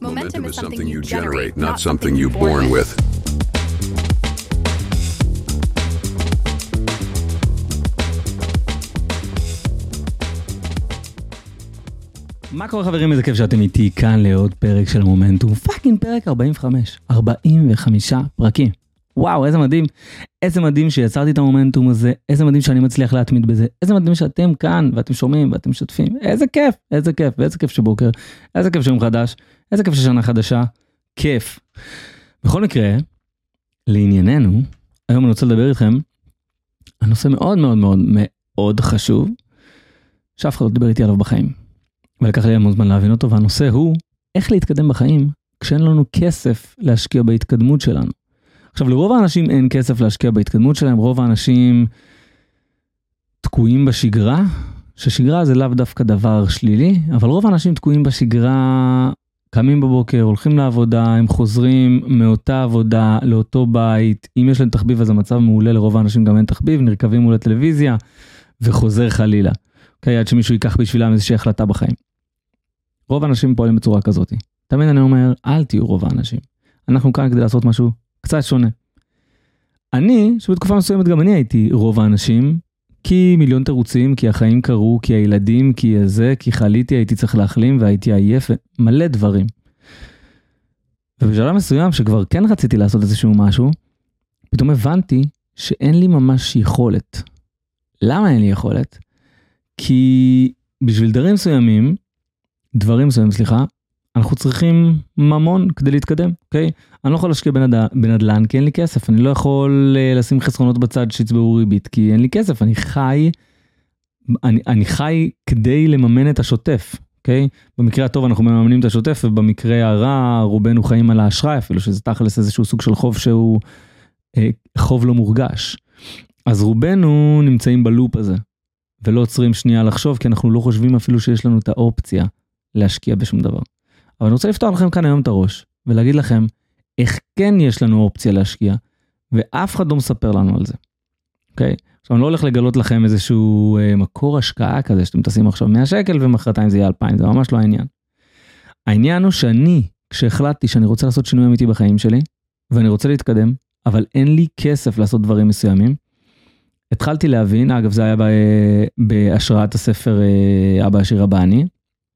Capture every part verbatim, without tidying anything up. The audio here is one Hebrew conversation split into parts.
Momentum is something you generate, not something you're born with. מה קורה חברים? איזה כיף שאתם איתי כאן לעוד פרק של מומנטום. פאקינג פרק ארבעים וחמש. ארבעים וחמישה פרקים. וואו, איזה מדהים. איזה מדהים שיצרתי את המומנטום הזה. איזה מדהים שאני מצליח להתמיד בזה. איזה מדהים שאתם כאן ואתם שומעים ואתם משתפים. איזה כיף, איזה כיף, ואיזה כיף שבוקר. איזה כיף שיום חדש. איזה כיף ששנה חדשה. כיף. בכל מקרה, לענייננו, היום אני רוצה לדבר איתכם על נושא מאוד מאוד מאוד מאוד חשוב, שאף אחד לא דיבר איתי עליו בחיים. ולקח לי המון זמן להבין אותו, והנושא הוא איך להתקדם בחיים כשאין לנו כסף להשקיע בהתקדמות שלנו. עכשיו, לרוב האנשים אין כסף להשקיע בהתקדמות שלהם, רוב האנשים תקועים בשגרה, ששגרה זה לאו דווקא דבר שלילי, אבל רוב האנשים תקועים בשגרה, קמים בבוקר, הולכים לעבודה, הם חוזרים מאותה עבודה לאותו בית, אם יש להם תחביב אז המצב מעולה, לרוב האנשים גם אין תחביב, נרכבים מול הטלוויזיה וחוזר חלילה. אוקיי, עד שמישהו ייקח בשבילם איזושהי החלטה בחיים. רוב האנשים פועלים בצורה כזאת. תמיד אני אומר, אל תהיו רוב האנשים. אנחנו כאן כדי לעשות משהו קצת שונה. אני, שבתקופה מסוימת גם אני הייתי רוב האנשים, כי מיליון תירוצים, כי החיים קרו, כי הילדים, כי זה, כי חליתי, הייתי צריך להחלים והייתי עייף, מלא דברים. ובשלב מסוים שכבר כן רציתי לעשות איזשהו משהו, פתאום הבנתי שאין לי ממש יכולת. למה אין לי יכולת? כי בשביל דברים מסוימים, דברים מסוימים, סליחה, אנחנו צריכים ממון כדי להתקדם, אוקיי? אני לא יכול להשקיע בנד... בנדלן כי אין לי כסף, אני לא יכול לשים חסכונות בצד שיצברו ריבית, כי אין לי כסף, אני חי, אני, אני חי כדי לממן את השוטף, אוקיי? במקרה הטוב אנחנו מממנים את השוטף, ובמקרה הרע רובנו חיים על האשראי, אפילו שזה תכלס איזשהו סוג של חוב שהוא אה, חוב לא מורגש. אז רובנו נמצאים בלופ הזה. ולא עוצרים שנייה לחשוב, כי אנחנו לא חושבים אפילו שיש לנו את האופציה להשקיע בשום דבר. אבל אני רוצה לפתוח לכם כאן היום את הראש, ולהגיד לכם איך כן יש לנו אופציה להשקיע, ואף אחד לא מספר לנו על זה. אוקיי? עכשיו אני לא הולך לגלות לכם איזשהו אה, מקור השקעה כזה, שאתם תשים עכשיו מאה שקל, ומחרתיים זה יהיה אלפיים, זה ממש לא העניין. העניין הוא שאני, כשהחלטתי שאני רוצה לעשות שינוי אמיתי בחיים שלי, ואני רוצה להתקדם, אבל אין לי כסף לעשות דברים מסוימים, התחלתי להבין, אגב זה היה בהשראת הספר אבא עשיר אבא עני,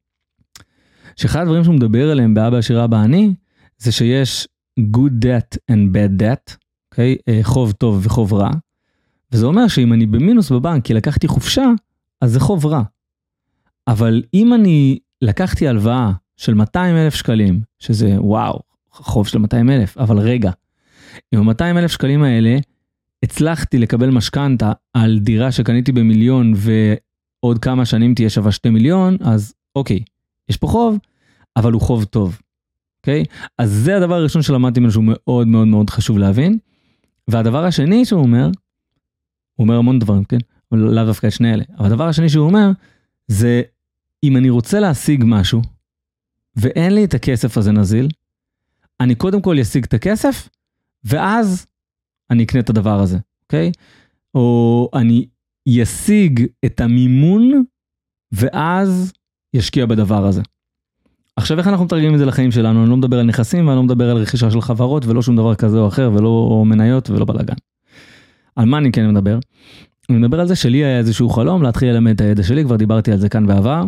שאחד הדברים שהוא מדבר עליהם באבא עשיר אבא עני, זה שיש good debt and bad debt, okay? חוב טוב וחוב רע, וזה אומר שאם אני במינוס בבנק כי לקחתי חופשה, אז זה חוב רע. אבל אם אני לקחתי הלוואה של מאתיים אלף שקלים, שזה וואו, חוב של מאתיים אלף, אבל רגע, עם ה-מאתיים אלף שקלים האלה, הצלחתי לקבל משכנתה על דירה שקניתי במיליון ועוד כמה שנים תהיה שווה שתי מיליון, אז אוקיי, יש פה חוב, אבל הוא חוב טוב. אוקיי? אז זה הדבר הראשון שלמדתי ממנו שהוא מאוד מאוד מאוד חשוב להבין. והדבר השני שהוא אומר, הוא אומר המון דברים, כן? אבל לאו דווקא את שני אלה. אבל הדבר השני שהוא אומר, זה אם אני רוצה להשיג משהו, ואין לי את הכסף הזה נזיל, אני קודם כל אשיג את הכסף, ואז אני אקנה את הדבר הזה, אוקיי? או אני ישיג את המימון, ואז ישקיע בדבר הזה. עכשיו איך אנחנו מתרגמים את זה לחיים שלנו? אני לא מדבר על נכסים, ואני לא מדבר על רכישה של חברות, ולא שום דבר כזה או אחר, ולא מניות ולא בלגן. על מה אני כן מדבר? אני מדבר על זה שלי היה איזשהו חלום, להתחיל ללמד את הידע שלי, כבר דיברתי על זה כאן בעבר,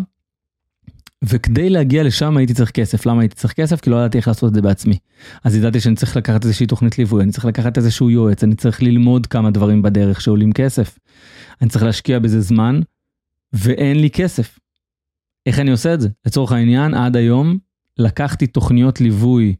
וכדי להגיע לשם הייתי צריך כסף. למה הייתי צריך כסף? כי לא ידעתי איך לעשות את זה בעצמי. אז ידעתי שאני צריך לקחת איזושהי תוכנית ליווי, אני צריך לקחת איזשהו יועץ, אני צריך ללמוד כמה דברים בדרך שעולים כסף. אני צריך להשקיע בזה זמן, ואין לי כסף. איך אני עושה את זה? לצורך העניין, עד היום, לקחתי תוכניות ליווי,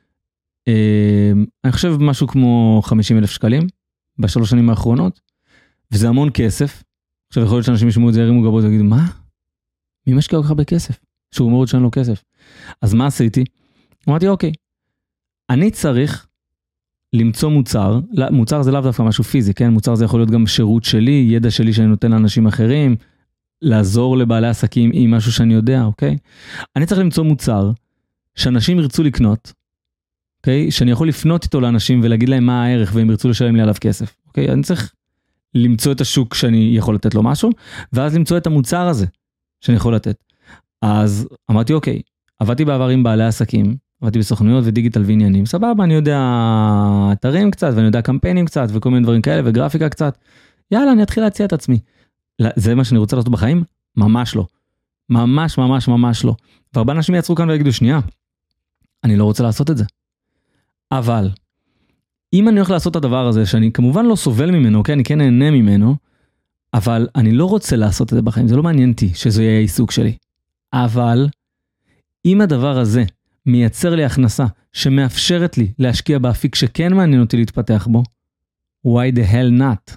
אה, אני חושב משהו כמו חמישים אלף שקלים, בשלוש שנים האחרונות, וזה המון כסף. עכשיו יכול להיות שאנשים ישמעו את זה, ירימו גבות ויגידו, מה? מי משקיע כל כך בכסף? שהוא אומר עוד שאין לו כסף. אז מה עשיתי? אמרתי, אוקיי, אני צריך למצוא מוצר, מוצר זה לאו דווקא משהו פיזי, כן? מוצר זה יכול להיות גם שירות שלי, ידע שלי שאני נותן לאנשים אחרים, לעזור לבעלי עסקים עם משהו שאני יודע, אוקיי? אני צריך למצוא מוצר שאנשים ירצו לקנות, אוקיי? שאני יכול לפנות איתו לאנשים ולהגיד להם מה הערך, והם ירצו לשלם לי עליו כסף, אוקיי? אני צריך למצוא את השוק שאני יכול לתת לו משהו, ואז למצוא את המוצר הזה שאני יכול לתת. אז אמרתי, אוקיי, עבדתי בעבר עם בעלי עסקים, עבדתי בסוכנויות ודיגיטל ועניינים, סבבה, אני יודע אתרים קצת, ואני יודע קמפיינים קצת, וכל מיני דברים כאלה, וגרפיקה קצת, יאללה, אני אתחיל להציע את עצמי. זה מה שאני רוצה לעשות בחיים? ממש לא. ממש, ממש, ממש לא. והרבה אנשים יעצרו כאן ויגידו, שנייה, אני לא רוצה לעשות את זה. אבל, אם אני הולך לעשות את הדבר הזה, שאני כמובן לא סובל ממנו, כן, אני כן נהנה ממנו, אבל אני לא רוצה לעשות את זה בחיים, זה לא מעניין אותי שזה יהיה העיסוק שלי. אבל, אם הדבר הזה מייצר לי הכנסה, שמאפשרת לי להשקיע באפיק שכן מעניין אותי להתפתח בו, why the hell not?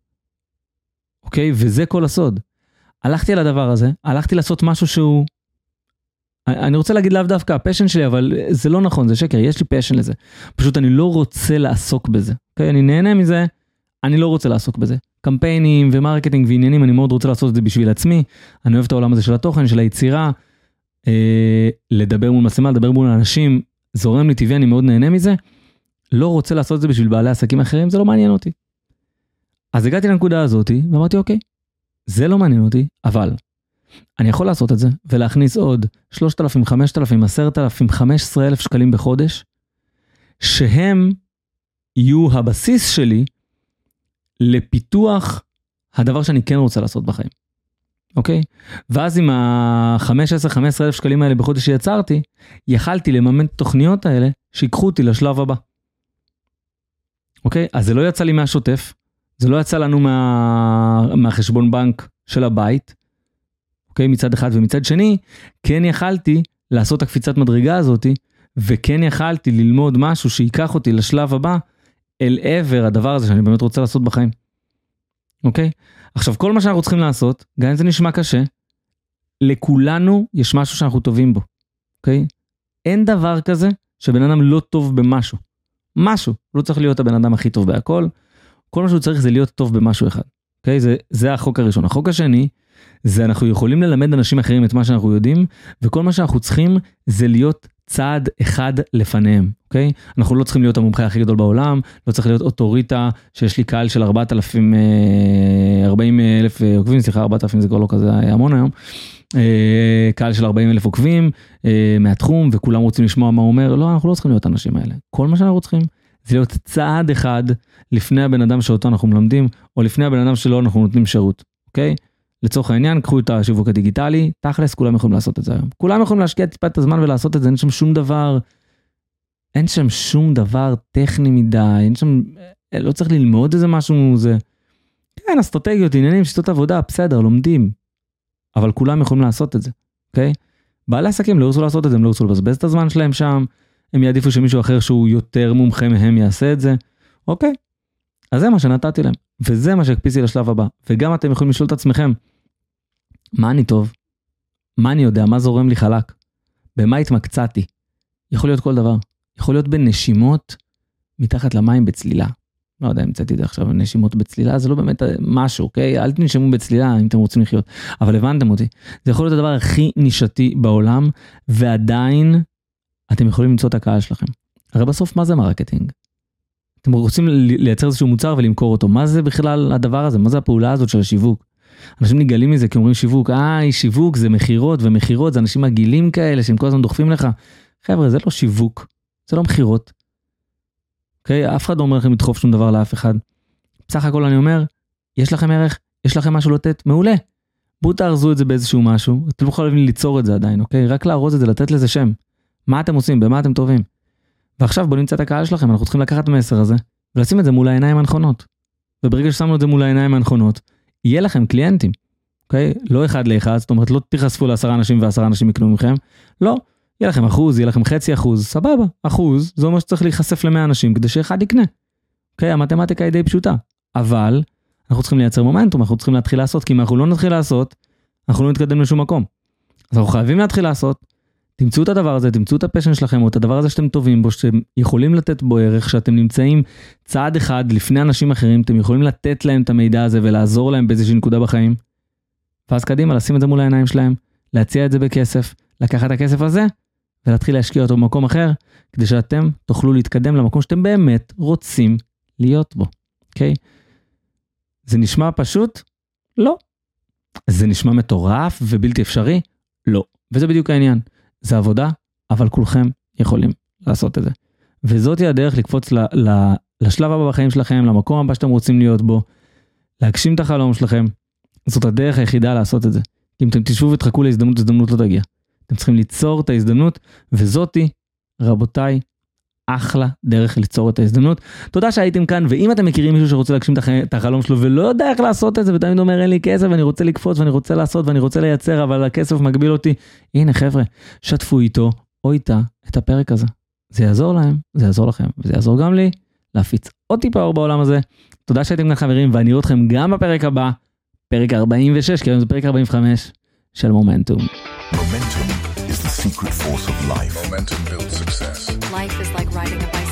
אוקיי? וזה כל הסוד. הלכתי על הדבר הזה, הלכתי לעשות משהו שהוא, אני רוצה להגיד לאו דווקא הפשן שלי, אבל זה לא נכון, זה שקר, יש לי פשן לזה. פשוט אני לא רוצה לעסוק בזה. אוקיי? אני נהנה מזה, אני לא רוצה לעסוק בזה. קמפיינים ומרקטינג ועניינים, אני מאוד רוצה לעשות את זה בשביל עצמי. אני אוהב את העולם הזה של התוכן, של היצירה, אה, לדבר מול מצלמה, לדבר מול אנשים, זורם לי טבעי, אני מאוד נהנה מזה. לא רוצה לעשות את זה בשביל בעלי עסקים אחרים, זה לא מעניין אותי. אז הגעתי לנקודה הזאת, ואמרתי, אוקיי, זה לא מעניין אותי, אבל אני יכול לעשות את זה, ולהכניס עוד שלושת אלפים, חמשת אלפים, עשרת אלפים, חמישה עשר אלף שקלים בחודש, שהם יהיו הבסיס שלי לפיתוח הדבר שאני כן רוצה לעשות בחיים. אוקיי? ואז עם ה-חמש עשרה, חמש עשרה אלף שקלים האלה בחודש שיצרתי, יכלתי לממן את התוכניות האלה, שיקחו אותי לשלב הבא. אוקיי? אז זה לא יצא לי מהשוטף, זה לא יצא לנו מה... מהחשבון בנק של הבית, אוקיי? מצד אחד ומצד שני, כן יכלתי לעשות הקפיצת מדרגה הזאת, וכן יכלתי ללמוד משהו שיקח אותי לשלב הבא, אל עבר הדבר הזה שאני באמת רוצה לעשות בחיים. אוקיי? עכשיו, כל מה שאנחנו צריכים לעשות, גם אם זה נשמע קשה, לכולנו יש משהו שאנחנו טובים בו. אוקיי? אין דבר כזה שבן אדם לא טוב במשהו. משהו. לא צריך להיות הבן אדם הכי טוב בהכל. כל מה שהוא צריך זה להיות טוב במשהו אחד. אוקיי? זה, זה החוק הראשון. החוק השני, זה אנחנו יכולים ללמד אנשים אחרים את מה שאנחנו יודעים, וכל מה שאנחנו צריכים זה להיות צעד אחד לפניהם, אוקיי? אנחנו לא צריכים להיות המומחה הכי גדול בעולם, לא צריך להיות אוטוריטה שיש לי קהל של ארבעת אלפים, ארבעים אלף עוקבים, סליחה, ארבעת אלפים זה כבר לא כזה המון היום, קהל של ארבעים אלף עוקבים מהתחום, וכולם רוצים לשמוע מה הוא אומר, לא, אנחנו לא צריכים להיות האנשים האלה. כל מה שאנחנו צריכים זה להיות צעד אחד לפני הבן אדם שאותו אנחנו מלמדים, או לפני הבן אדם שלו אנחנו נותנים שירות, אוקיי? לצורך העניין, קחו את השיווק הדיגיטלי, תכלס, כולם יכולים לעשות את זה היום. כולם יכולים להשקיע טיפה את הזמן ולעשות את זה, אין שם שום דבר, אין שם שום דבר טכני מדי, אין שם, לא צריך ללמוד איזה משהו, זה, כן, אסטרטגיות, עניינים, שיטות עבודה, בסדר, לומדים, אבל כולם יכולים לעשות את זה, אוקיי? בעלי עסקים לא ירצו לעשות את זה, הם לא ירצו לבזבז את הזמן שלהם שם, הם יעדיפו שמישהו אחר שהוא יותר מומחה מהם יעשה את זה, אוקיי? אז זה מה שנתתי להם, וזה מה שהקפיצי לשלב הבא, וגם אתם יכולים לשאול את עצמכם, מה אני טוב? מה אני יודע? מה זורם לי חלק? במה התמקצעתי? יכול להיות כל דבר. יכול להיות בנשימות מתחת למים בצלילה. לא יודע, המצאתי את זה עכשיו, נשימות בצלילה, זה לא באמת משהו, אוקיי? אל תנשמו בצלילה אם אתם רוצים לחיות. אבל הבנתם אותי. זה יכול להיות הדבר הכי נישתי בעולם, ועדיין אתם יכולים למצוא את הקהל שלכם. הרי בסוף, מה זה מרקטינג? אתם רוצים לייצר איזשהו מוצר ולמכור אותו. מה זה בכלל הדבר הזה? מה זה הפעולה הזאת של השיווק? אנשים נגלים מזה כי אומרים שיווק, אה, שיווק זה מחירות, ומחירות זה אנשים מגילים כאלה שהם כל הזמן דוחפים לך. חבר'ה, זה לא שיווק, זה לא מחירות. אוקיי? אף אחד לא אומר לכם לדחוף שום דבר לאף אחד. בסך הכל אני אומר, יש לכם ערך, יש לכם משהו לתת, מעולה. בואו תארזו את זה באיזשהו משהו, אתם לא יכולים ליצור את זה עדיין, אוקיי? רק להרוז את זה, לתת לזה שם. מה אתם עושים? במה אתם טובים? ועכשיו בואו נמצא את הקהל שלכם, אנחנו צריכים לקחת מסר הזה, ולשים את זה מול העיניים הנכונות. וברגע ששמנו את זה מול העיניים הנכונות, יהיה לכם קליינטים, אוקיי? לא אחד לאחד, זאת אומרת, לא תיחשפו לעשרה אנשים ועשרה אנשים יקנו מכם, לא, יהיה לכם אחוז, יהיה לכם חצי אחוז, סבבה, אחוז, זה אומר שצריך להיחשף למאה אנשים, כדי שאחד יקנה, אוקיי? המתמטיקה היא די פשוטה, אבל אנחנו צריכים לייצר מומנטום, אנחנו צריכים להתחיל לעשות, כי אם אנחנו לא נתחיל לעשות, אנחנו לא נתקדם לשום מקום. אז אנחנו חייבים להתחיל לעשות, תמצאו את הדבר הזה, תמצאו את הפשן שלכם, או את הדבר הזה שאתם טובים בו, שאתם יכולים לתת בו ערך, שאתם נמצאים צעד אחד לפני אנשים אחרים, אתם יכולים לתת להם את המידע הזה, ולעזור להם באיזושהי נקודה בחיים, ואז קדימה, לשים את זה מול העיניים שלהם, להציע את זה בכסף, לקחת את הכסף הזה, ולהתחיל להשקיע אותו במקום אחר, כדי שאתם תוכלו להתקדם למקום שאתם באמת רוצים להיות בו, אוקיי? זה נשמע פשוט? לא. זה נשמע מטורף ובלתי אפשרי? לא. וזה בדיוק העניין. זה עבודה, אבל כולכם יכולים לעשות את זה. וזאת היא הדרך לקפוץ ל, ל, לשלב הבא בחיים שלכם, למקום הבא שאתם רוצים להיות בו, להגשים את החלום שלכם. זאת הדרך היחידה לעשות את זה. אם אתם תשבו ותחכו להזדמנות, הזדמנות לא תגיע. אתם צריכים ליצור את ההזדמנות, וזאתי, רבותיי, אחלה דרך ליצור את ההזדמנות. תודה שהייתם כאן, ואם אתם מכירים מישהו שרוצה להגשים את החלום שלו, ולא יודע איך לעשות את זה, ותמיד אומר, אין לי כסף, ואני רוצה לקפוץ, ואני רוצה לעשות, ואני רוצה לייצר, אבל הכסף מגביל אותי. הנה חבר'ה, שתפו איתו, או איתה, את הפרק הזה. זה יעזור להם, זה יעזור לכם, וזה יעזור גם לי, להפיץ עוד טיפה אור בעולם הזה. תודה שהייתם כאן חברים, ואני אראה אתכם גם בפרק הבא, פרק ארבעים ושש, כי היום זה פרק ארבעים וחמש של מומנטום. Momentum is the secret force of life. Momentum builds success. Life is like riding a bicycle.